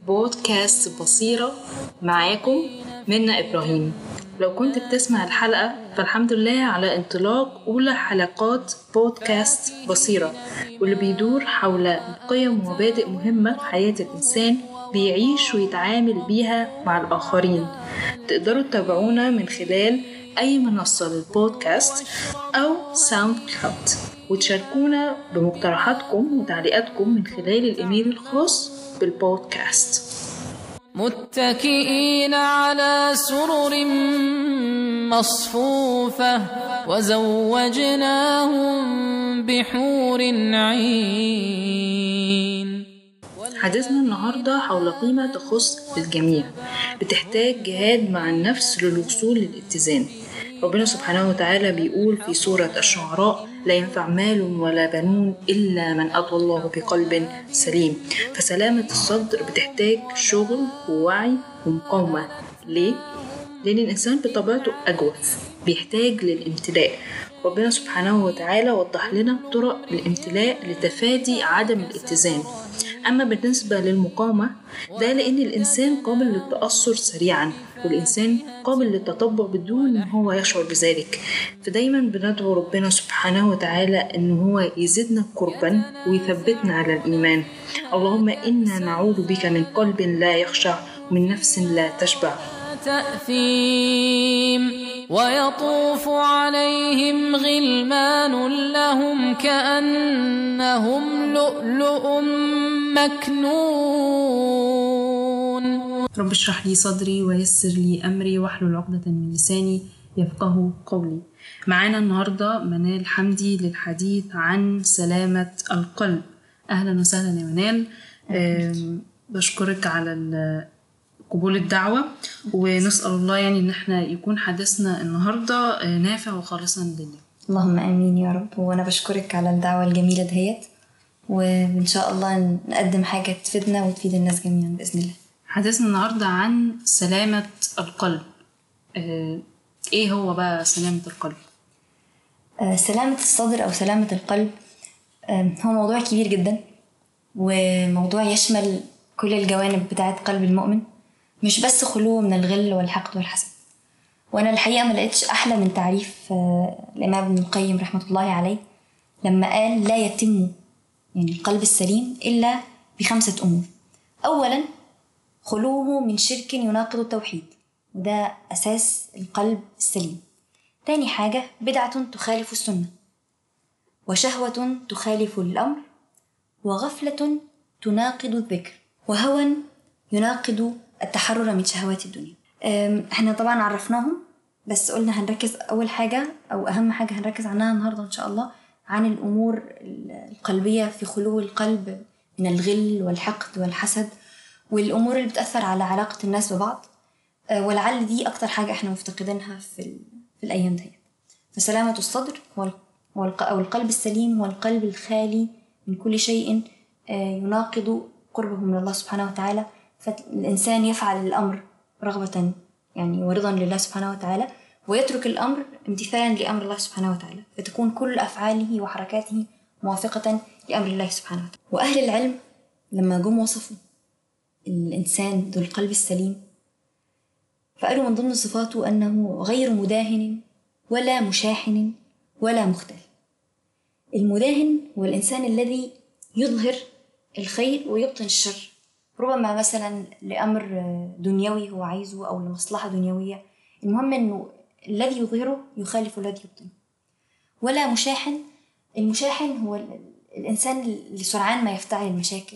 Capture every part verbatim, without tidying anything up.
بودكاست بصيرة. معاكم منى إبراهيم. لو كنت بتسمع الحلقة فالحمد لله على انطلاق أولى حلقات بودكاست بصيرة، واللي بيدور حول قيم ومبادئ مهمة في حياة الإنسان بيعيش ويتعامل بيها مع الآخرين. تقدروا تتابعونا من خلال أي منصة للبودكاست أو ساوند كلاود، وتشاركونا بمقترحاتكم وتعليقاتكم من خلال الإيميل الخاص بالبودكاست. متكئين على سرر مصفوفة وزوجناهم بحور عين. حديثنا النهاردة حول قيمة تخص الجميع، بتحتاج جهاد مع النفس للوصول للاتزان. ربنا سبحانه وتعالى بيقول في سورة الشعراء: لا ينفع مال ولا بنون إلا من أتى الله بقلب سليم. فسلامة الصدر بتحتاج شغل ووعي ومقاومة. ليه؟ لأن الإنسان بطبيعته أجوف، بيحتاج للامتلاء. ربنا سبحانه وتعالى وضح لنا طرق الامتلاء لتفادي عدم الاتزان. أما بالنسبة للمقاومة، ده لأن الإنسان قابل للتأثر سريعا، والإنسان قابل للتطبع بدون أن هو يشعر بذلك. فدايما بندعو ربنا سبحانه وتعالى أن هو يزيدنا قربا ويثبتنا على الإيمان. اللهم إنا نعوذ بك من قلب لا يخشع ومن نفس لا تشبع. تأثيم ويطوف عليهم غلمان لهم كأنهم لؤلؤ مكنون. رب اشرح لي صدري ويسر لي أمري واحلل عقدة من لساني يفقه قولي. معانا النهاردة منال حمدي للحديث عن سلامة القلب. أهلا وسهلا يا منال. بشكرك على قبول الدعوة، ونسأل الله يعني إن احنا يكون حديثنا النهاردة نافع وخالصا لله. اللهم آمين يا رب. وأنا بشكرك على الدعوة الجميلة دهيت، وإن شاء الله نقدم حاجة تفيدنا وتفيد الناس جميعا بإذن الله. حديثنا النهاردة عن سلامة القلب. اه إيه هو بقى سلامة القلب؟ آه سلامة الصدر أو سلامة القلب آه هو موضوع كبير جدا، وموضوع يشمل كل الجوانب بتاعت قلب المؤمن، مش بس خلوه من الغل والحقد والحسد. وانا الحقيقه ما لقيتش احلى من تعريف الامام ابن القيم رحمه الله عليه لما قال: لا يتم يعني القلب السليم الا بخمسه امور. اولا خلوه من شرك يناقض التوحيد، وده اساس القلب السليم. تاني حاجه بدعه تخالف السنه، وشهوه تخالف الامر، وغفله تناقض الذكر، وهوى يناقض التحرر من شهوات الدنيا. احنا طبعا عرفناهم، بس قلنا هنركز اول حاجة او اهم حاجة هنركز عنها النهاردة ان شاء الله عن الامور القلبية في خلو القلب من الغل والحقد والحسد، والامور اللي بتأثر على علاقة الناس ببعض، ولعل دي اكتر حاجة احنا مفتقدينها في, في الايام دي. فسلامة الصدر او القلب السليم والقلب الخالي من كل شيء يناقض قربه من الله سبحانه وتعالى، فالإنسان يفعل الأمر رغبة يعني ورضا لله سبحانه وتعالى، ويترك الأمر امتثالا لأمر الله سبحانه وتعالى، فتكون كل أفعاله وحركاته موافقة لأمر الله سبحانه وتعالى. وأهل العلم لما جم وصفوا الإنسان ذو القلب السليم فقالوا من ضمن صفاته أنه غير مداهن ولا مشاحن ولا مختال. المداهن هو الإنسان الذي يظهر الخير ويبطن الشر، ربما مثلا لأمر دنيوي هو عايزه أو لمصلحة دنيوية، المهم أنه الذي يظهره يخالف الذي يبطنه. ولا مشاحن، المشاحن هو الإنسان اللي سرعان ما يفتعل المشاكل،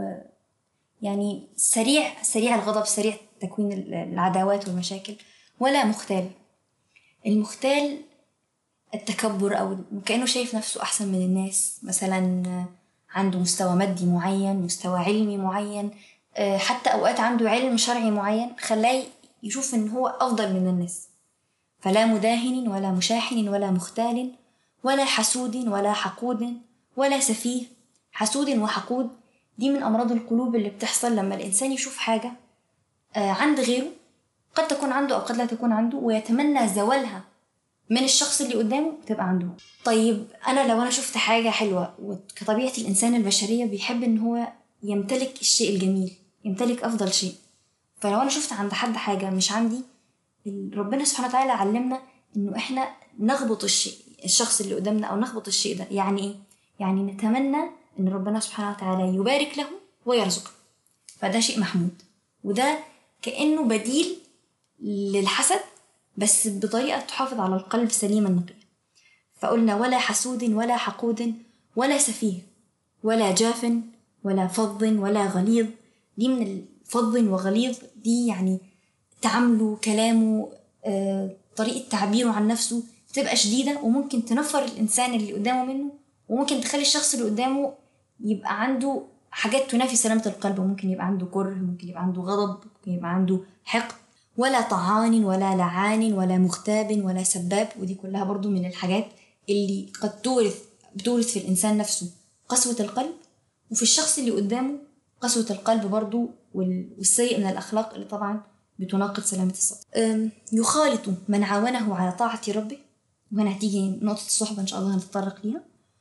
ويعني سريع سريع الغضب، سريع تكوين العداوات والمشاكل. ولا مختال، المختال التكبر أو كأنه شايف نفسه أحسن من الناس، مثلا عنده مستوى مادي معين، مستوى علمي معين، حتى أوقات عنده علم شرعي معين خلاه يشوف إن هو أفضل من الناس. فلا مداهن ولا مشاحن ولا مختال ولا حسود ولا حقود ولا سفيه. حسود وحقود دي من أمراض القلوب اللي بتحصل لما الإنسان يشوف حاجة عند غيره، قد تكون عنده أو قد لا تكون عنده، ويتمنى زوالها من الشخص اللي قدامه تبقى عنده. طيب أنا لو أنا شفت حاجة حلوة، وكطبيعة الإنسان البشرية بيحب إن هو يمتلك الشيء الجميل، يمتلك أفضل شيء. فلو أنا شفت عند حد حاجة مش عندي، ربنا سبحانه وتعالى علمنا إنه إحنا نغبط الشيء الشخص اللي قدامنا أو نغبط الشيء ده. يعني إيه؟ يعني نتمنى إن ربنا سبحانه وتعالى يبارك له ويرزقه، فده شيء محمود. وده كأنه بديل للحسد بس بطريقة تحافظ على القلب سليما نقيا. فقلنا ولا حسود ولا حقود ولا سفيه ولا جاف ولا فظ ولا غليظ. دي من الفظ وغليظ دي يعني تعامله، كلامه، آه، طريقة تعبيره عن نفسه تبقى شديدة وممكن تنفر الإنسان اللي قدامه منه، وممكن تخلي الشخص اللي قدامه يبقى عنده حاجات تنافي سلامة القلب. ممكن يبقى عنده كره، ممكن يبقى عنده غضب، ممكن يبقى عنده حقد. ولا طعان ولا لعان ولا مغتاب ولا سباب، ودي كلها برضو من الحاجات اللي قد تورث بتورث في الإنسان نفسه قسوة القلب، وفي الشخص اللي قدامه قسوة القلب برضو والسيء من الأخلاق اللي طبعا بتناقض سلامة الصدر. يخالط من عاونه على طاعة ربه، وهنا هتيجي نقطة الصحبة إن شاء الله هنتطرق ليها.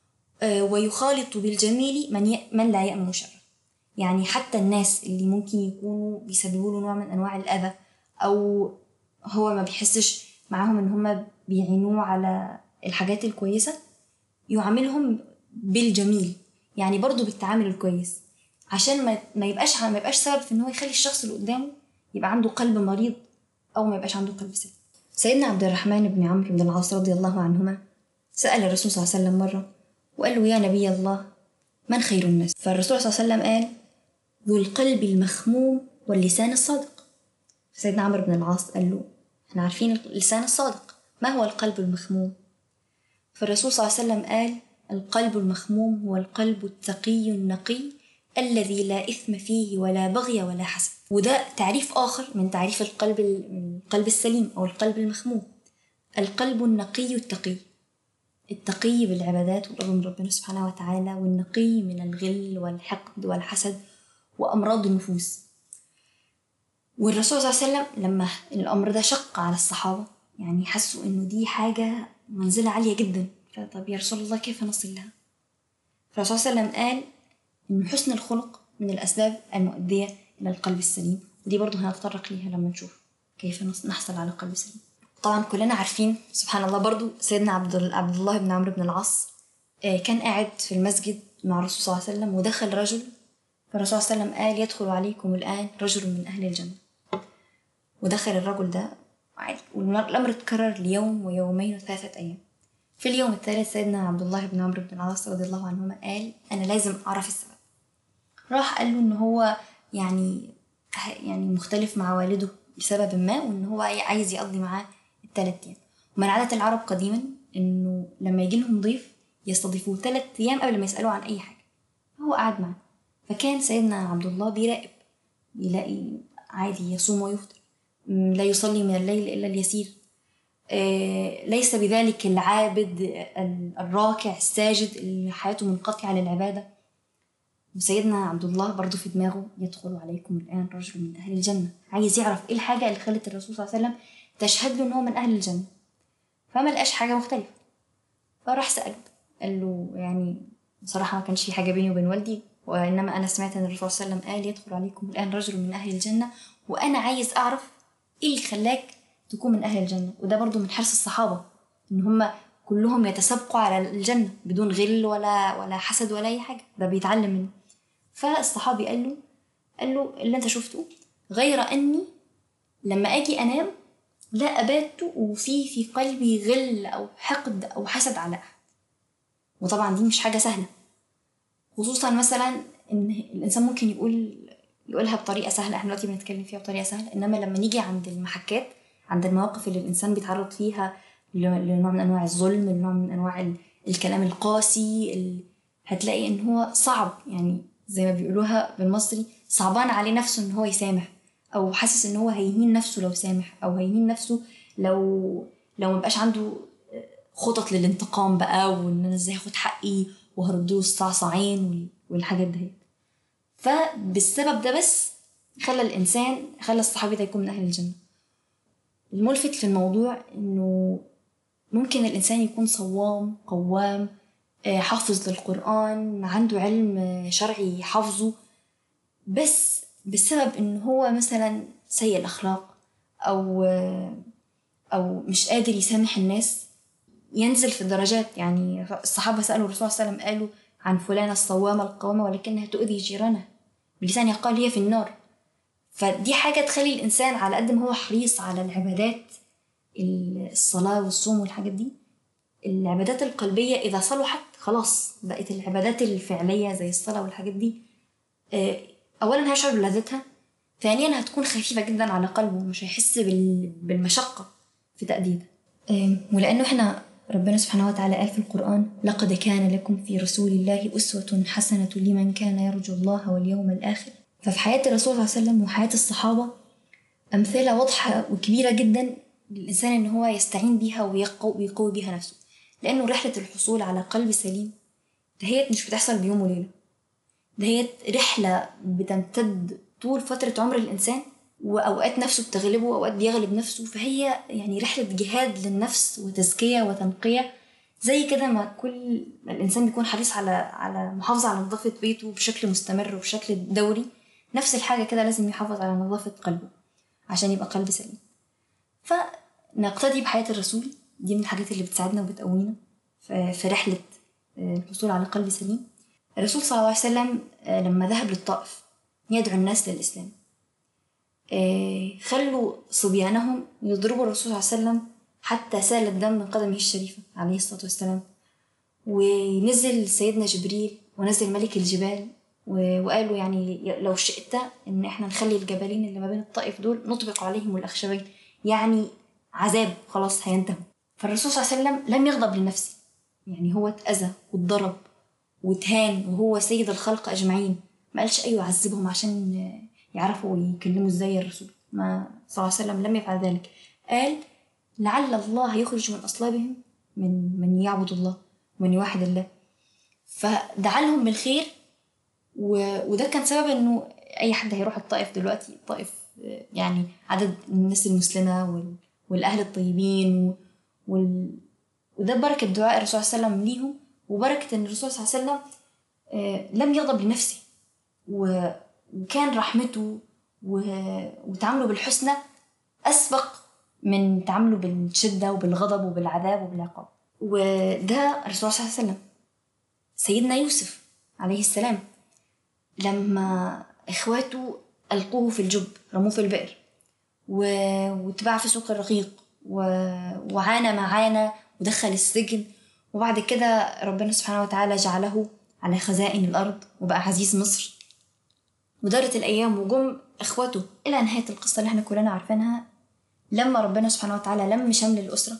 ويخالط بالجميل من, ي... من لا يأمن شره. يعني حتى الناس اللي ممكن يكونوا بيسببوا له نوع من أنواع الأذى أو هو ما بيحسش معاهم إن هم بيعينوه على الحاجات الكويسة، يعاملهم بالجميل، يعني برضو بالتعامل الكويس، عشان ما ما يبقاش ما يبقاش سبب في إن هو يخلي الشخص اللي قدامه يبقى عنده قلب مريض أو ما يبقاش عنده قلب سليم. سيدنا عبد الرحمن بن عمرو بن العاص رضي الله عنهما سأل الرسول صلى الله عليه وسلم مرة وقال له يا نبي الله من خير الناس؟ فالرسول صلى الله عليه وسلم قال ذو القلب المخموم واللسان الصادق. سيدنا عمرو بن العاص قال له احنا عارفين اللسان الصادق، ما هو القلب المخموم؟ فالرسول صلى الله عليه وسلم قال القلب المخموم هو القلب التقي النقي الذي لا إثم فيه ولا بغي ولا حسد. وده تعريف آخر من تعريف القلب القلب السليم أو القلب المخموم. القلب النقي التقي، التقي بالعبادات والقرب من ربنا سبحانه وتعالى، والنقي من الغل والحقد والحسد وأمراض النفوس. والرسول صلى الله عليه وسلم لما الأمر ده شق على الصحابة، يعني حسوا إنه دي حاجة منزلة عالية جدا، فطب يا رسول الله كيف نصل لها؟ فالرسول صلى الله عليه وسلم قال إن حسن الخلق من الأسباب المؤدية إلى القلب السليم، ودي برضو هنتطرق ليها لما نشوف كيف نحصل على قلب سليم. طبعا كلنا عارفين سبحان الله برضو سيدنا عبد عبد الله بن عمرو بن العاص كان قاعد في المسجد مع الرسول صلى الله عليه وسلم ودخل رجل، فالرسول صلى الله عليه وسلم قال يدخل عليكم الآن رجل من أهل الجنة. ودخل الرجل ده والأمر اتكرر ليوم ويومين وثلاثة أيام. في اليوم الثالث سيدنا عبد الله بن عمرو بن العاص رضي الله عنهما قال أنا لازم أعرف السبب. راح قال له إن هو يعني يعني مختلف مع والده بسبب ما، وإن هو عايز يقضي معاه الثلاث أيام. ومن عادة العرب قديما إنه لما يجي لهم ضيف يستضيفوه ثلاث أيام قبل ما يسألوه عن أي حاجة. هو قاعد معه، فكان سيدنا عبد الله بيراقب، يلاقي عادي يصوم ويفطر، لا يصلي من الليل إلا اليسير، ليس بذلك العابد الراكع الساجد اللي حياته منقطعة للعبادة. وسيدنا عبد الله برضو في دماغه يدخل عليكم الآن رجل من أهل الجنة، عايز يعرف إيه الحاجة اللي خلت الرسول صلى الله عليه وسلم تشهد له إنه من أهل الجنة، فما لقاش حاجة مختلفة. فراح سأله قال له يعني بصراحة ما كانش في حاجة بيني وبين والدي، وإنما أنا سمعت أن الرسول صلى الله عليه وسلم قال يدخل عليكم الآن رجل من أهل الجنة، وأنا عايز أعرف إيه اللي خلاك تكون من أهل الجنة. وده برضو من حرص الصحابة إن هم كلهم يتسابقوا على الجنة بدون غل ولا ولا حسد ولا أي حاجة، ده بيتعلم منه. فالصحابي قال له قال له اللي أنت شفته، غير أني لما أجي أنام لا أبات وفي في قلبي غل أو حقد أو حسد على أحد. وطبعا دي مش حاجة سهلة، خصوصا مثلا إن الإنسان ممكن يقول يقولها بطريقة سهلة، احنا دلوقتي بنتكلم فيها بطريقة سهلة، إنما لما نيجي عند المحكات، عند المواقف اللي الإنسان بيتعرض فيها لنوع من أنواع الظلم، لنوع من أنواع الكلام القاسي، هتلاقي إن هو صعب، يعني زي ما بيقولوها بالمصري صعبان عليه نفسه إن هو يسامح، أو حاسس إن هو هيهين نفسه لو سامح، أو هيهين نفسه لو لو مبقاش عنده خطط للانتقام بقى، وإن أنا إزاي هاخد حقي وهردوه الصعصعين والحاجات دي. فبالسبب ده بس خلى الإنسان خلى الصحابي ده يكون من أهل الجنة. الملفت في الموضوع إنه ممكن الإنسان يكون صوام قوام حافظ للقرآن، عنده علم شرعي حافظه، بس بسبب إنه هو مثلا سيء الأخلاق أو أو مش قادر يسامح الناس ينزل في الدرجات. يعني الصحابة سألوا الرسول صلى الله عليه وسلم قالوا عن فلانة الصوامة القوامة ولكنها تؤذي جيرانها بلسانها قال هي في النار. فدي حاجة تخلي الإنسان على قد ما هو حريص على العبادات الصلاة والصوم والحاجات دي، العبادات القلبية إذا صلحت خلاص بقت العبادات الفعلية زي الصلاة والحاجات دي أولا هيشعر بلذتها، ثانيا هتكون خفيفة جدا على قلبه مش هيحس بالمشقة في تأديتها. ولأنه إحنا ربنا سبحانه وتعالى قال في القرآن لقد كان لكم في رسول الله أسوة حسنة لمن كان يرجو الله واليوم الآخر. ففي حياة الرسول صلى الله عليه وسلم وحياة الصحابة أمثلة واضحة وكبيرة جدا للإنسان إن هو يستعين بيها ويقوي بيها نفسه، لأنه رحلة الحصول على قلب سليم دهيت مش بتحصل بيوم وليلة، دهيت رحلة بتمتد طول فترة عمر الإنسان، وأوقات نفسه بتغلبه وأوقات بيغلب نفسه. فهي يعني رحلة جهاد للنفس وتزكية وتنقية، زي كده ما كل الإنسان بيكون حريص على على محافظة على نظافة بيته بشكل مستمر وبشكل دوري، نفس الحاجة كده لازم يحافظ على نظافة قلبه عشان يبقى قلب سليم. فنقتدي بحياة الرسول، دي من الحاجات اللي بتساعدنا وبتقوينا في رحلة الحصول على قلب سليم. الرسول صلى الله عليه وسلم لما ذهب للطائف يدعو الناس للإسلام خلوا صبيانهم يضربوا الرسول صلى الله عليه وسلم حتى سال الدم من قدمه الشريفة عليه الصلاة والسلام. ونزل سيدنا جبريل ونزل ملك الجبال وقالوا يعني لو شئت إن إحنا نخلي الجبلين اللي ما بين الطائف دول نطبق عليهم الأخشبين، يعني عذاب خلاص هينتهوا. فالرسول صلى الله عليه وسلم لم يغضب لنفسه، يعني هو اتأذى واتضرب واتهان وهو سيد الخلق أجمعين، ما قالش أيوة عذبهم عشان يعرفوا يكلموا ازاي الرسول، ما صلى الله عليه وسلم لم يفعل ذلك. قال لعل الله يخرج من أصلابهم من من يعبد الله ومن يوحد الله، فدعا لهم بالخير. وده كان سبب انه اي حد هيروح الطائف دلوقتي، الطائف يعني عدد الناس المسلمة والأهل الطيبين وال... وده بركة دعاء الرسول صلى الله عليه وسلم ليهم، وبركة ان الرسول صلى الله عليه وسلم لم يغضب لنفسه وكان رحمته وتعامله بالحسنى أسبق من تعامله بالشدة وبالغضب وبالعذاب وبالعقاب. وده الرسول صلى الله عليه وسلم. سيدنا يوسف عليه السلام لما إخواته ألقوه في الجب رموه في البئر واتباع في سوق الرقيق وعانى معانا ودخل السجن، وبعد كده ربنا سبحانه وتعالى جعله على خزائن الأرض وبقى عزيز مصر. ودارت الأيام وجم إخواته إلى نهاية القصة اللي احنا كلنا عارفينها، لما ربنا سبحانه وتعالى لم شمل الأسرة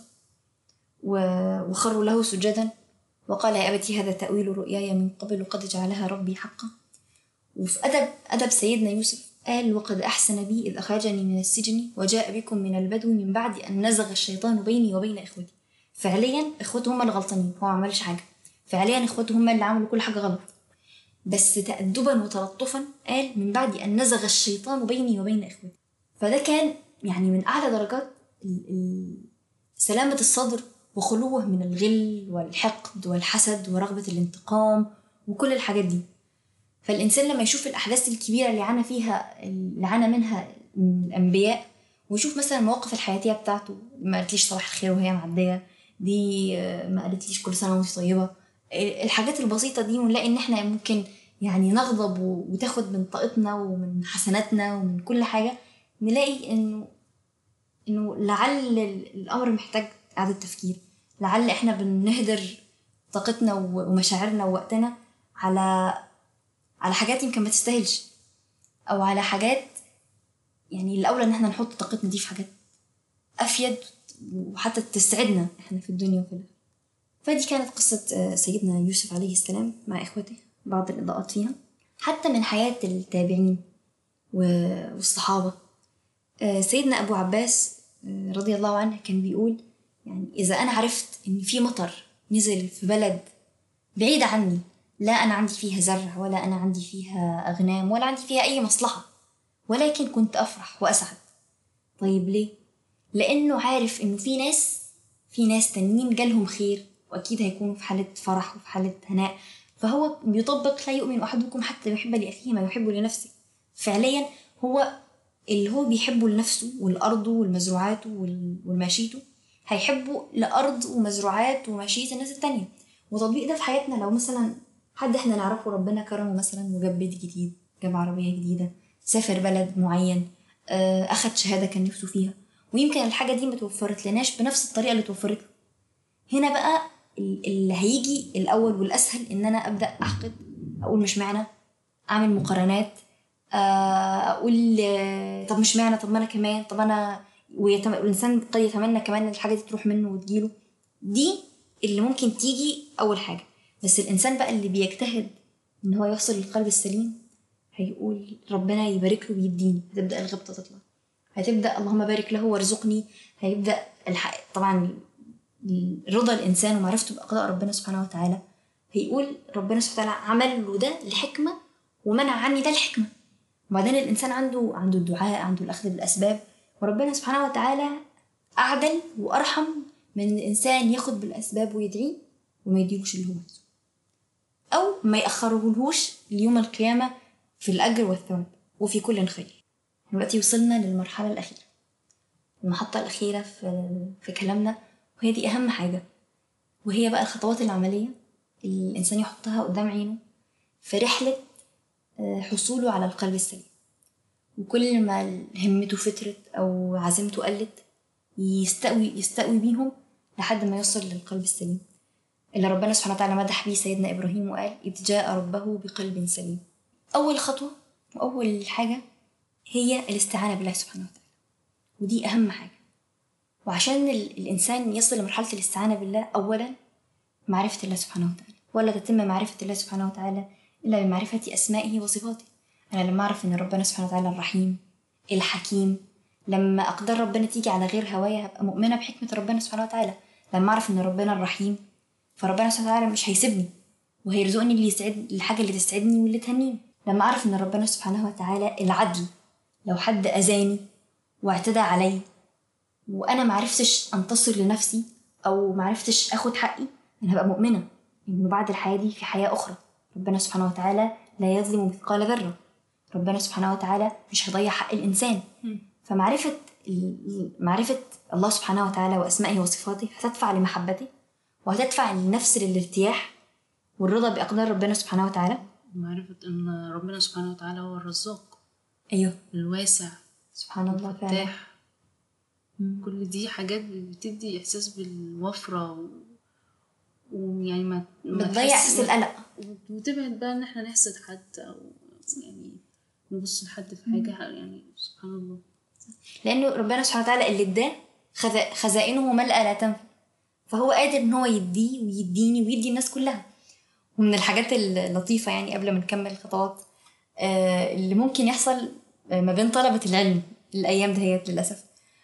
وخروا له سجدا وقال يا أبتي هذا تأويل رؤياي من قبل وقد جعلها ربي حقا. وفي أدب أدب سيدنا يوسف قال وقد أحسن بي إذ أخرجني من السجن وجاء بكم من البدو من بعد أن نزغ الشيطان بيني وبين إخوتي. فعليا إخوته هم الغلطانين، هو ما عملش حاجة، فعليا إخوته هم اللي عملوا كل حاجة غلط، بس تأدبا وتلطفا قال من بعد أن نزغ الشيطان بيني وبين إخوتي. فده كان يعني من أعلى درجات سلامة الصدر وخلوه من الغل والحقد والحسد ورغبة الانتقام وكل الحاجات دي. فالإنسان لما يشوف الأحداث الكبيرة اللي عانى فيها اللي عانى منها الأنبياء ويشوف مثلا المواقف الحياتية بتاعته، ما قالتليش صباح الخير وهي معدية، دي ما قالتليش كل سنة وانت طيبة، الحاجات البسيطة دي، ونلاقي إن إحنا ممكن يعني نغضب وتاخد من طاقتنا ومن حسناتنا ومن كل حاجة، نلاقي إنه إنه لعل الأمر محتاج إعادة تفكير، لعل إحنا بنهدر طاقتنا ومشاعرنا ووقتنا على على حاجات يمكن ما تستاهلش، أو على حاجات يعني الأولى إن إحنا نحط طاقتنا دي في حاجات أفيد وحتى تسعدنا إحنا في الدنيا وفي الآخرة. فدي كانت قصة سيدنا يوسف عليه السلام مع إخوته، بعض الإضاءات فيها حتى من حياة التابعين والصحابة. سيدنا أبو عباس رضي الله عنه كان بيقول يعني إذا أنا عرفت إن في مطر نزل في بلد بعيدة عني، لا أنا عندي فيها زرع ولا أنا عندي فيها أغنام ولا عندي فيها أي مصلحة، ولكن كنت أفرح وأسعد. طيب ليه؟ لأنه عارف إنه في ناس في ناس تانيين جالهم خير وأكيد هيكونوا في حالة فرح وفي حالة هناء، فهو بيطبق لا يؤمن أحدكم حتى يحب لأخيه ما يحب لنفسه. فعليا هو اللي هو بيحبه لنفسه والأرض والمزروعات والماشيته هيحبه لأرض ومزروعات وماشية الناس التانية. وتطبيق ده في حياتنا، لو مثلا حد احنا نعرفه ربنا كرمه مثلا وجاب بيت جديد، جاب عربية جديدة، سافر بلد معين، أخد شهادة كان نفسه فيها، ويمكن الحاجة دي ما توفرت لناش بنفس الطريقة اللي توفرت له. هنا بقى اللي هيجي الأول والأسهل إن أنا أبدأ أحقد، أقول مش معنى، أعمل مقارنات، أقول طب مش معنى، طب ما أنا كمان، طب أنا، والإنسان قد يتمنى كمان إن الحاجة دي تروح منه وتجيله. دي اللي ممكن تيجي أول حاجة. بس الإنسان بقى اللي بيجتهد إن هو يوصل للقلب السليم هيقول ربنا يبارك له ويديني، هتبدأ الغبطة تطلع، هتبدأ اللهم بارك له وارزقني، هيبدأ الحق طبعا رضا الإنسان ومعرفته بأقضاء ربنا سبحانه وتعالى. هيقول ربنا سبحانه وتعالى عمل له ده الحكمة ومنع عني ده الحكمة. وبعدين الإنسان عنده عنده الدعاء، عنده الأخذ بالأسباب، وربنا سبحانه وتعالى أعدل وأرحم من الإنسان ياخد بالأسباب ويدعي وما يديهوش اللي هو عايزه، أو ما يأخرهولهوش ليوم القيامة في الأجر والثواب وفي كل خير. دلوقتي وصلنا للمرحلة الأخيرة، المحطة الأخيرة في في كلامنا، وهي دي أهم حاجة، وهي بقى الخطوات العملية اللي الإنسان يحطها قدام عينه في رحلة حصوله على القلب السليم. وكل ما همته فترت أو عزمته قلت يستقوي يستقوي بيهم لحد ما يوصل للقلب السليم اللي ربنا سبحانه وتعالى مدح بيه سيدنا إبراهيم وقال إذ جاء ربه بقلب سليم. أول خطوة وأول حاجة هي الاستعانة بالله سبحانه وتعالى، ودي أهم حاجة. وعشان الإنسان يصل لمرحلة الاستعانة بالله، أولا معرفة الله سبحانه وتعالى، ولا تتم معرفة الله سبحانه وتعالى إلا بمعرفة أسمائه وصفاته. أنا لما أعرف إن ربنا سبحانه وتعالى الرحيم الحكيم، لما أقدر ربنا تيجي على غير هوايا هبقى مؤمنة بحكمة ربنا سبحانه وتعالى. لما أعرف إن ربنا الرحيم فربنا سبحانه وتعالى مش هيسيبني وهيرزقني اللي يسعد الحاجة اللي تسعدني واللي تهنيني. لما أعرف إن ربنا سبحانه وتعالى العدل، لو حد أذاني واعتدى علي وأنا معرفتش أنتصر لنفسي أو معرفتش أخد حقي، أنا هبقى مؤمنة إنه بعد الحياة دي في حياة أخرى. ربنا سبحانه وتعالى لا يظلم مثقال ذرة، ربنا سبحانه وتعالى مش هيضيع حق الإنسان. فمعرفة معرفة الله سبحانه وتعالى وأسمائه وصفاته هتدفع لمحبته، وهتدفع للنفس للارتياح والرضا بأقدار ربنا سبحانه وتعالى. معرفة أن ربنا سبحانه وتعالى هو الرزاق، أيوه الواسع سبحان الله فعلا. كل دي حاجات بتدي إحساس بالوفرة ويعني ما بتضيع إحساس القلق، وتبعد بقى إن إحنا نحسد حد أو يعني نبص لحد في حاجة. يعني سبحان الله، لأنه ربنا سبحانه وتعالى اللي اداه خزائنه ملأ لا تنفد، فهو قادر إن هو يديه ويديني ويدي الناس كلها. ومن الحاجات اللطيفة يعني قبل ما نكمل الخطوات اللي ممكن يحصل ما بين طلبة العلم الأيام دهيت للأسف،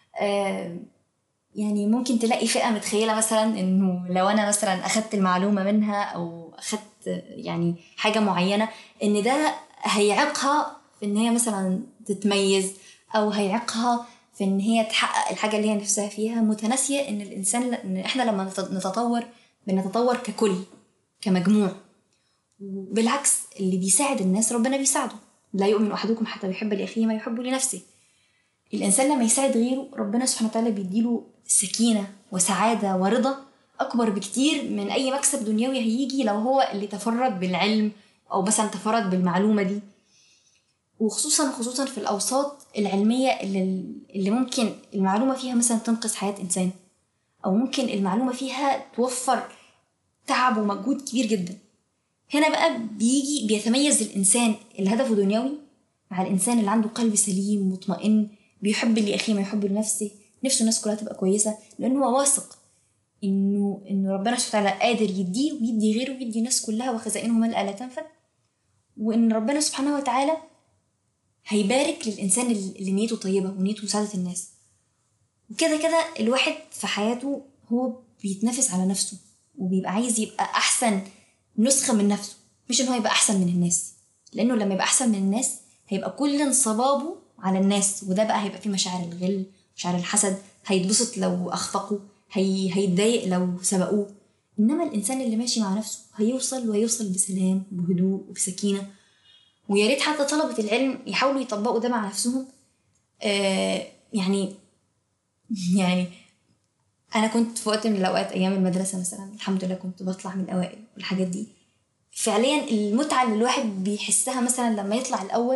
يعني ممكن تلاقي فئة متخيلة مثلا إنه لو أنا مثلا أخدت المعلومة منها أو أخدت يعني حاجة معينة إن ده هيعقها في إن هي مثلا تتميز أو هيعقها في إن هي تحقق الحاجة اللي هي نفسها فيها، متناسية إن الإنسان إن إحنا لما نتطور بنتطور ككل كمجموع. بالعكس اللي بيساعد الناس ربنا بيساعده، لا يؤمن أحدكم حتى يحب لأخيه ما يحب لنفسه. الإنسان لما يساعد غيره ربنا سبحانه وتعالى بيديله سكينة وسعادة ورضا أكبر بكتير من أي مكسب دنيوي هيجي لو هو اللي تفرد بالعلم أو مثلا تفرد بالمعلومة دي. وخصوصا خصوصا في الأوساط العلمية اللي, اللي ممكن المعلومة فيها مثلا تنقذ حياة إنسان، أو ممكن المعلومة فيها توفر تعب ومجهود كبير جدا. هنا بقى بيجي بيتميز الإنسان اللي هدفه دنيوي مع الإنسان اللي عنده قلب سليم مطمئن بيحب اللي أخيه ما يحب لنفسه، نفسه الناس كلها تبقى كويسة، لأنه هو واثق إنه إنه ربنا سبحانه وتعالى قادر يديه ويدي غيره ويدي الناس كلها وخزائنه ملأ لا تنفد، وإن ربنا سبحانه وتعالى هيبارك للإنسان اللي نيته طيبة ونيته مساعدة الناس. وكده كده الواحد في حياته هو بيتنافس على نفسه وبيبقى عايز يبقى أحسن نسخة من نفسه، مش إنه يبقى أحسن من الناس، لأنه لما يبقى أحسن من الناس هيبقى كل انصبابه على الناس، وده بقى هيبقى فيه مشاعر الغل، مشاعر الحسد، هيتبسط لو أخفقوا، هي هيتضايق لو سبقوه. إنما الإنسان اللي ماشي مع نفسه هيوصل وهيوصل بسلام وبهدوء وبسكينة، ويا ريت حتى طلبة العلم يحاولوا يطبقوا ده مع نفسهم. آه يعني يعني أنا كنت في وقت من الأوقات أيام المدرسة مثلا الحمد لله كنت بطلع من الأوائل والحاجات دي. فعليا المتعة اللي الواحد بيحسها مثلا لما يطلع الأول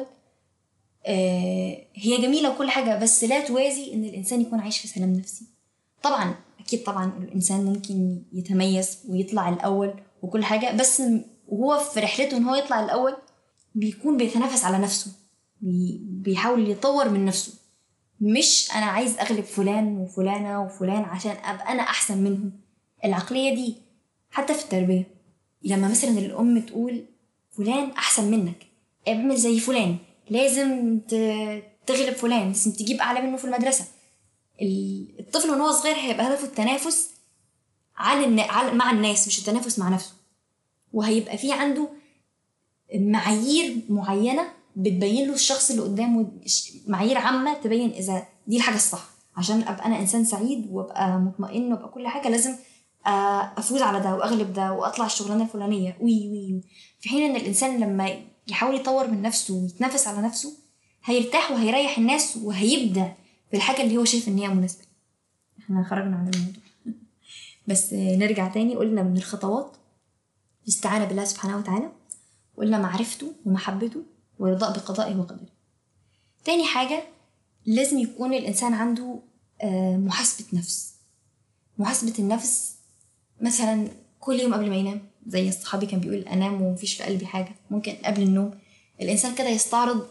آه هي جميلة وكل حاجة، بس لا توازي إن الإنسان يكون عايش في سلام نفسي. طبعا أكيد طبعا الإنسان ممكن يتميز ويطلع الأول وكل حاجة، بس وهو في رحلته إن هو يطلع الأول بيكون بيتنافس على نفسه، بي بيحاول يطور من نفسه، مش أنا عايز أغلب فلان وفلانة وفلان عشان أبقى أنا أحسن منهم. العقلية دي حتى في التربية لما مثلا الأم تقول فلان أحسن منك اعمل زي فلان، لازم تغلب فلان، لازم تجيب أعلى منه في المدرسة. الطفل وهو صغير هيبقى هدفه التنافس على مع الناس مش التنافس مع نفسه، وهيبقى فيه عنده معايير معينة بتبين له الشخص اللي قدامه، معايير عامة تبين إذا دي الحاجة الصح. عشان أبقى أنا إنسان سعيد وأبقى مطمئن وأبقى كل حاجة لازم أفوز على ده وأغلب ده وأطلع الشغلانة الفلانية وي وي في حين أن الإنسان لما يحاول يطور من نفسه ويتنافس على نفسه هيرتاح وهيريح الناس وهيبدع في الحاجة اللي هو شايف إن هي مناسبة. إحنا خرجنا عن الموضوع بس نرجع تاني. قلنا من الخطوات الاستعانة بالله سبحانه وتعالى، قلنا معرفته ومحبته ورضاء بقضائه وقدره. تاني حاجة لازم يكون الإنسان عنده محاسبة نفس. محاسبة النفس مثلا كل يوم قبل ما ينام، زي الصحابي كان بيقول أنام ومفيش في قلبي حاجة. ممكن قبل النوم الإنسان كده يستعرض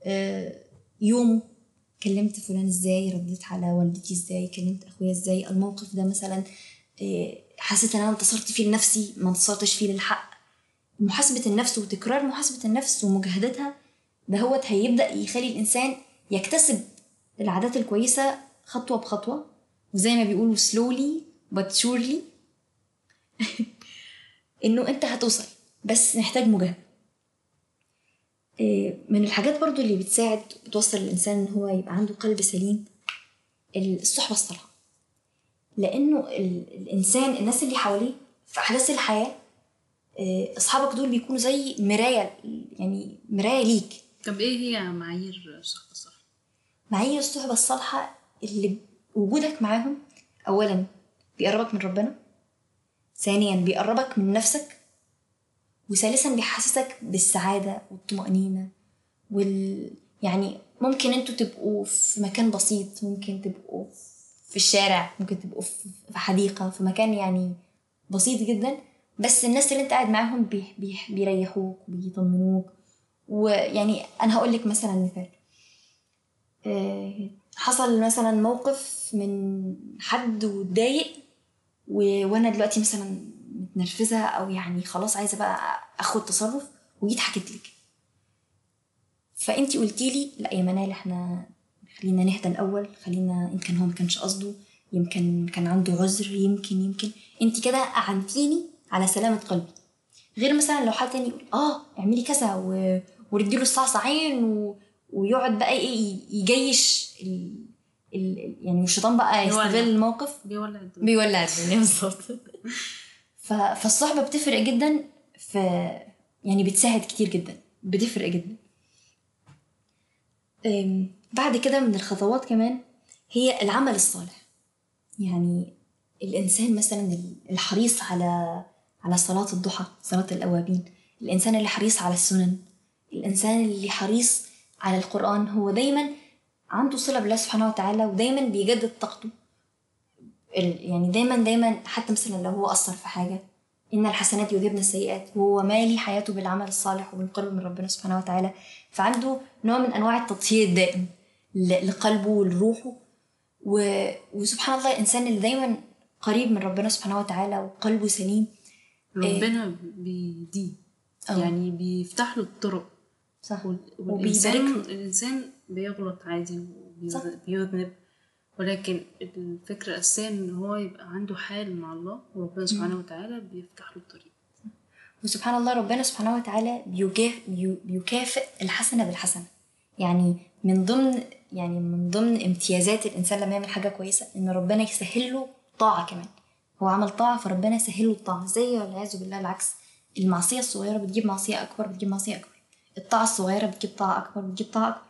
يومه، كلمت فلان ازاي، رديت على والدتي ازاي، كلمت أخويا ازاي، الموقف ده مثلا حسيت ان انا انتصرت فيه لنفسي ما انتصرتش فيه للحق. محاسبة النفس وتكرار محاسبة النفس ومجاهدتها ده هو هيبدأ يخلي الإنسان يكتسب العادات الكويسة خطوة بخطوة، وزي ما بيقولوا slowly but surely إنه أنت هتوصل بس محتاج مجاهدة. من الحاجات برضو اللي بتساعد بتوصل الإنسان إن هو يبقى عنده قلب سليم الصحبة الصالحة، لأنه الإنسان الناس اللي حواليه في أحداث الحياة أصحابك دول بيكونوا زي مراية، يعني مراية ليك. طب إيه هي معايير الصحبة الصالحة؟ معايير الصحبة الصالحة اللي وجودك معاهم أولا بيقربك من ربنا، ثانيا بيقربك من نفسك، وثالثا بيحسسك بالسعادة والطمأنينة وال... يعني ممكن انتوا تبقوا في مكان بسيط، ممكن تبقوا في الشارع، ممكن تبقوا في حديقة، في مكان يعني بسيط جدا، بس الناس اللي انت قاعد معاهم بي... بي... بيريحوك وبيطمنوك. ويعني انا هقول لك مثلا مثال، حصل مثلا موقف من حد واتضايق و... وانا دلوقتي مثلا متنرفزة او يعني خلاص عايزة بقى اخد تصرف، وجيت حكيت لك، فانتي قلتي لي لا يا منال احنا خلينا نهدى الاول، خلينا يمكن هو ما كانش قصده، يمكن كان عنده عذر، يمكن يمكن انتي كده اعنتيني على سلامة قلبي. غير مثلا لو حد تاني يقول اه اعملي كذا و... ورديله الصعصعين و... ويقعد بقى ايه يجيش ال... ال... يعني الشيطان بقى يستغل الموقف، بيولع الدنيا بيولع الدنيا بالظبط. ف... فالصحبة بتفرق جدا، ف يعني بتساعد كتير جدا، بتفرق جدا. بعد كده من الخطوات كمان هي العمل الصالح. يعني الإنسان مثلا الحريص على على صلاة الضحى، صلاة الأوابين، الإنسان اللي حريص على السنن، الإنسان اللي حريص على القرآن، هو دايما عنده صلة بالله سبحانه وتعالى ودايما بيجدد طاقته. يعني دايما دايما حتى مثلا لو هو أثر في حاجة، إن الحسنات يذهبن السيئات، وهو مالي حياته بالعمل الصالح وبالقرب من ربنا سبحانه وتعالى. فعنده نوع من أنواع التطهير الدائم لقلبه ولروحه. وسبحان الله الإنسان اللي دايما قريب من ربنا سبحانه وتعالى وقلبه سليم، ربنا بيدي يعني بيفتح له الطرق، صح، والإنسان الإنسان بيغلط عادي وبيذنب، ولكن الفكرة الأساسية إن هو يبقى عنده حال مع الله وربنا سبحانه وتعالى بيفتح له الطريق. وسبحان الله ربنا سبحانه وتعالى بيكافئ الحسنة بالحسنة. يعني من ضمن يعني من ضمن امتيازات الإنسان لما يعمل حاجة كويسة إن ربنا يسهل له طاعة كمان. هو عمل طاعة فربنا يسهل له الطاعة، زي والعياذ بالله العكس، المعصية الصغيرة بتجيب معصية أكبر بتجيب معصية أكبر. الطاعة الصغيرة بتجيب طاعة أكبر بتجيب طاعة أكبر.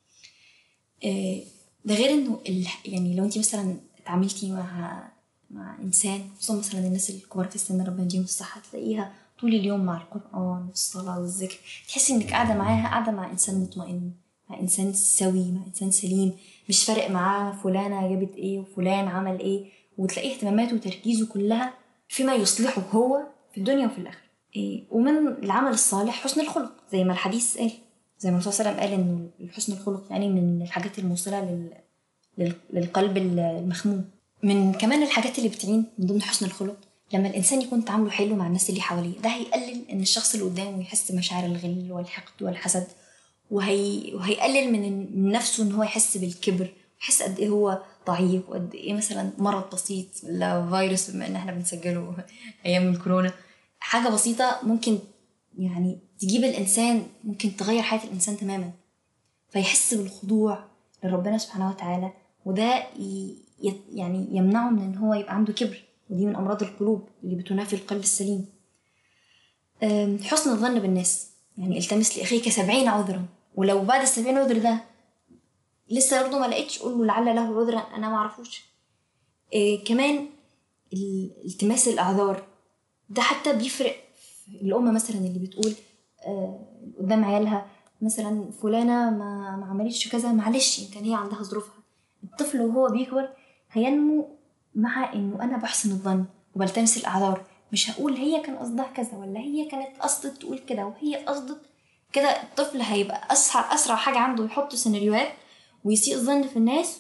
ده غير إنه يعني لو أنت مثلا اتعاملتي مع مع إنسان، خصوصا مثلا الناس الكبار في السن ربنا يديهم الصحة، تلاقيها طول اليوم مع القرآن والصلاة والذكر، تحسي إنك قاعدة معاها قاعدة مع إنسان مطمئن، مع إنسان سوي، مع إنسان سليم، مش فارق معاه فلانة جابت إيه وفلان عمل إيه، وتلاقيه اهتماماته وتركيزه كلها فيما يصلحه هو في الدنيا وفي الآخرة. إيه ومن العمل الصالح حسن الخلق، زي ما الحديث قال، زي ما الرسول صلى الله عليه وسلم قال إنه حسن الخلق يعني من الحاجات الموصلة لل... لل... للقلب المخموم. من كمان الحاجات اللي بتعين من ضمن حسن الخلق لما الإنسان يكون تعامله حلو مع الناس اللي حواليه، ده هيقلل إن الشخص اللي قدامه يحس مشاعر الغل والحقد والحسد، وهي... وهيقلل من نفسه إن هو يحس بالكبر، يحس قد إيه هو ضعيف، وقد إيه مثلا مرض بسيط ولا فيروس، بما إن إحنا بنسجله أيام الكورونا، حاجة بسيطة ممكن يعني تجيب الإنسان، ممكن تغير حياة الإنسان تماما، فيحس بالخضوع لربنا سبحانه وتعالى، وده ي... يعني يمنعه من إن هو يبقى عنده كبر، ودي من أمراض القلوب اللي بتنافي القلب السليم. حسن الظن بالناس، يعني التمس لأخيك سبعين عذرا، ولو بعد السبعين عذر ده لسه برضه ما لقيتش، قول له لعل له عذرا أنا ما أعرفوش. إيه كمان التماس الأعذار ده حتى بيفرق. الأم مثلا اللي بتقول آه قدام عيالها مثلا فلانة ما, ما عملتش كذا، معلش يمكن هي عندها ظروفها، الطفل وهو بيكبر هينمو مع إنه أنا بحسن الظن وبلتمس الأعذار، مش هقول هي كان قصدها كذا ولا هي كانت قصدت تقول كده وهي قصدت كده. الطفل هيبقى أسرع أسرع حاجة عنده يحط سيناريوهات ويسيء الظن في الناس،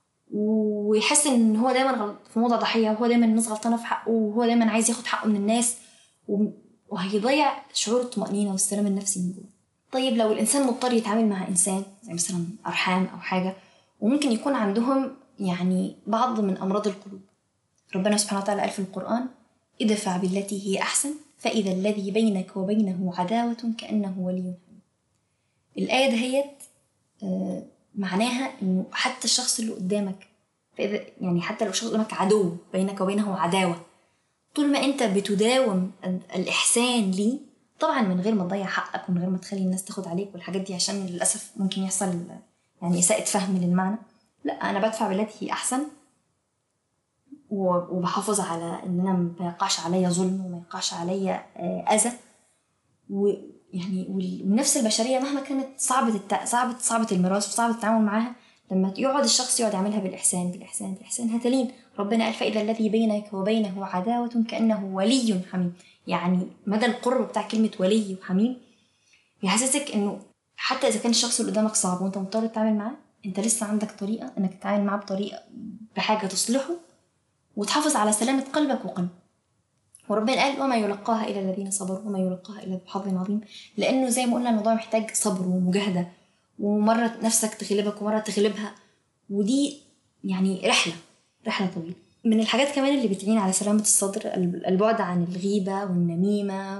ويحس إن هو دايما غلط في موضع ضحية، وهو دايما الناس غلطانة في حقه، وهو دايما عايز ياخد حقه من الناس، وهيضيع شعور الطمأنينة والسلام النفسي من جوه. طيب لو الإنسان مضطر يتعامل مع إنسان زي مثلا أرحام أو حاجة، وممكن يكون عندهم يعني بعض من أمراض القلوب، ربنا سبحانه وتعالى قال في القرآن ادفع بالتي هي أحسن فإذا الذي بينك وبينه عداوة كأنه ولي حميم. الآية دهيت آه معناها إنه حتى الشخص اللي قدامك، فإذا يعني حتى لو الشخص قدامك عدو بينك وبينه عداوة، طول ما أنت بتداوم الإحسان ليه، طبعا من غير ما تضيع حقك ومن غير ما تخلي الناس تاخد عليك والحاجات دي، عشان للأسف ممكن يحصل يعني إساءة فهم للمعنى. لا، أنا بدفع بالتي هي أحسن، وبحافظ على إن أنا ما يقعش عليا ظلم وما يقعش عليا أذى. ويعني والنفس البشرية مهما كانت صعبة الت... صعبة صعبة المراس وصعبة التعامل معها، لما يقعد الشخص يقعد يعملها بالإحسان بالإحسان بالإحسان هتلين. ربنا قال فإذا الذي بينك وبينه عداوة كأنه ولي حميم، يعني مدى القرب بتاع كلمة ولي وحميم يحسسك إنه حتى إذا كان الشخص اللي قدامك صعب وأنت مضطر تتعامل معاه، أنت لسه عندك طريقة إنك تتعامل معاه بطريقة بحاجة تصلحه وتحافظ على سلامة قلبك وقلبك. وربنا قال وما يلقاها إلا الذين صبروا وما يلقاها إلا بحظ عظيم، لأنه زي ما قلنا الموضوع محتاج صبر ومجاهدة، ومرة نفسك تغلبك ومرة تغلبها، ودي يعني رحلة رحلة طويلة. من الحاجات كمان اللي بتعين على سلامة الصدر البعد عن الغيبة والنميمة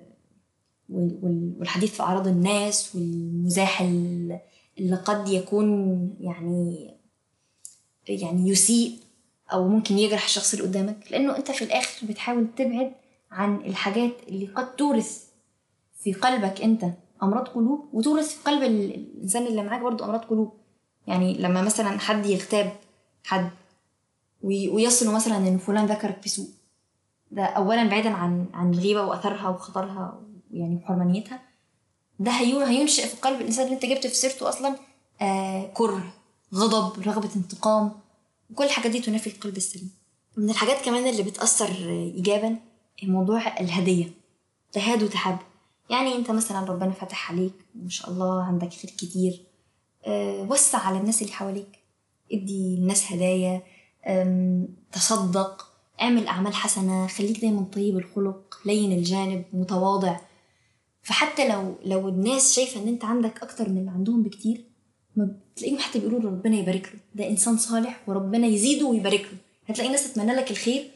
والحديث في أعراض الناس والمزاح اللي قد يكون يعني يعني يسيء أو ممكن يجرح الشخص اللي قدامك، لأنه أنت في الآخر بتحاول تبعد عن الحاجات اللي قد تورث في قلبك أنت أمراض قلوب، وتورث في قلب الإنسان اللي معاك برضو أمراض قلوب. يعني لما مثلا حد يغتاب حد ويصله مثلا إن فلان ذكرك بسوء، ده أولا بعيدا عن عن الغيبة وأثرها وخطرها يعني وحرمانيتها، ده هينشئ في قلب الإنسان اللي أنت جبت في سيرته أصلا آه كره، غضب، رغبة انتقام، وكل الحاجات دي تنافي القلب السليم. من الحاجات كمان اللي بتأثر إيجابا موضوع الهدية، تهاد وتحاب. يعني أنت مثلا ربنا فتح عليك ما شاء الله، عندك خير كتير، أه وسع على الناس اللي حواليك، ادي الناس هدايا، تصدق، اعمل أعمال حسنة، خليك دايما طيب الخلق، لين الجانب، متواضع. فحتى لو لو الناس شايفة أن أنت عندك أكتر من اللي عندهم بكتير، ما بتلاقيهم حتى بيقولوا ربنا يبارك له، ده إنسان صالح وربنا يزيده ويبارك له. هتلاقي الناس تتمنى لك الخير،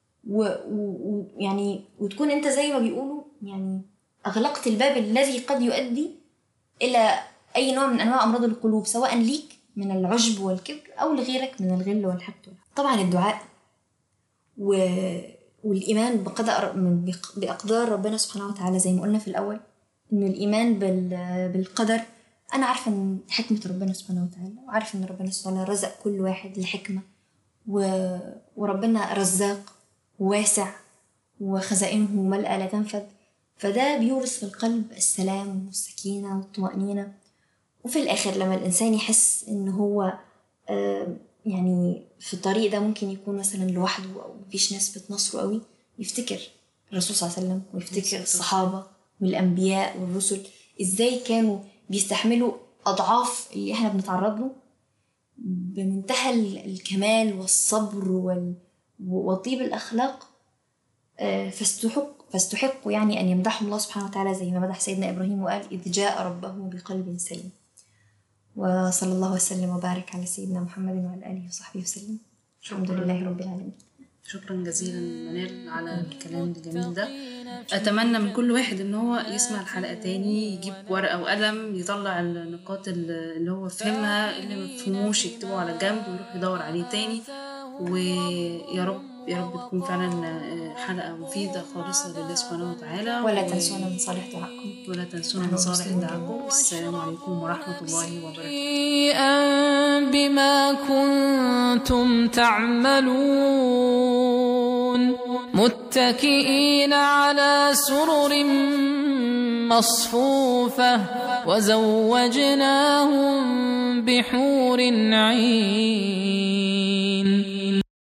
ويعني و... وتكون أنت زي ما بيقولوا يعني أغلقت الباب الذي قد يؤدي إلى أي نوع من أنواع أمراض القلوب، سواء ليك من العجب والكبر أو لغيرك من الغل والحقد. طبعا الدعاء و... والإيمان بقدر من بأقدار ربنا سبحانه وتعالى، زي ما قلنا في الأول إنه الإيمان بالقدر، أنا عارفة إن حكمة ربنا سبحانه وتعالى، وعارفة إن ربنا سبحانه وتعالى رزق كل واحد لحكمة، وربنا رزاق واسع وخزائنه ملأى لا تنفد، فده بيورث في القلب السلام والسكينة والطمأنينة. وفي الآخر لما الإنسان يحس إن هو يعني في الطريق ده ممكن يكون مثلا لوحده أو مفيش ناس بتنصره قوي، يفتكر الرسول صلى الله عليه وسلم ويفتكر الصحابة والأنبياء والرسل إزاي كانوا بيستحملوا أضعاف اللي إحنا بنتعرض له بمنتهى الكمال والصبر وطيب الأخلاق. فاستحق فاستحقوا يعني أن يمدحوا الله سبحانه وتعالى زي ما مدح سيدنا إبراهيم وقال إذ جاء ربه بقلب سليم. وصلى الله وسلم وبارك على سيدنا محمد وعلى آله وصحبه وسلم. الحمد لله رب العالمين. شكرا جزيلا منال على الكلام الجميل ده. أتمنى من كل واحد إن هو يسمع الحلقة تاني، يجيب ورقة وقلم يطلع النقاط اللي هو فهمها، اللي مفهموش يكتبه على جنب ويروح يدور عليه تاني. ويا رب يا رب تكون فعلا حلقة مفيدة خالصة لله سبحانه وتعالى. ولا تنسونا من صالح دعائكم. ولا تنسونا من صالح دعائكم. السلام عليكم ورحمة الله وبركاته. بما كنتم تعملون متكئين على سرر مصفوفة وزوجناهم بحور عين.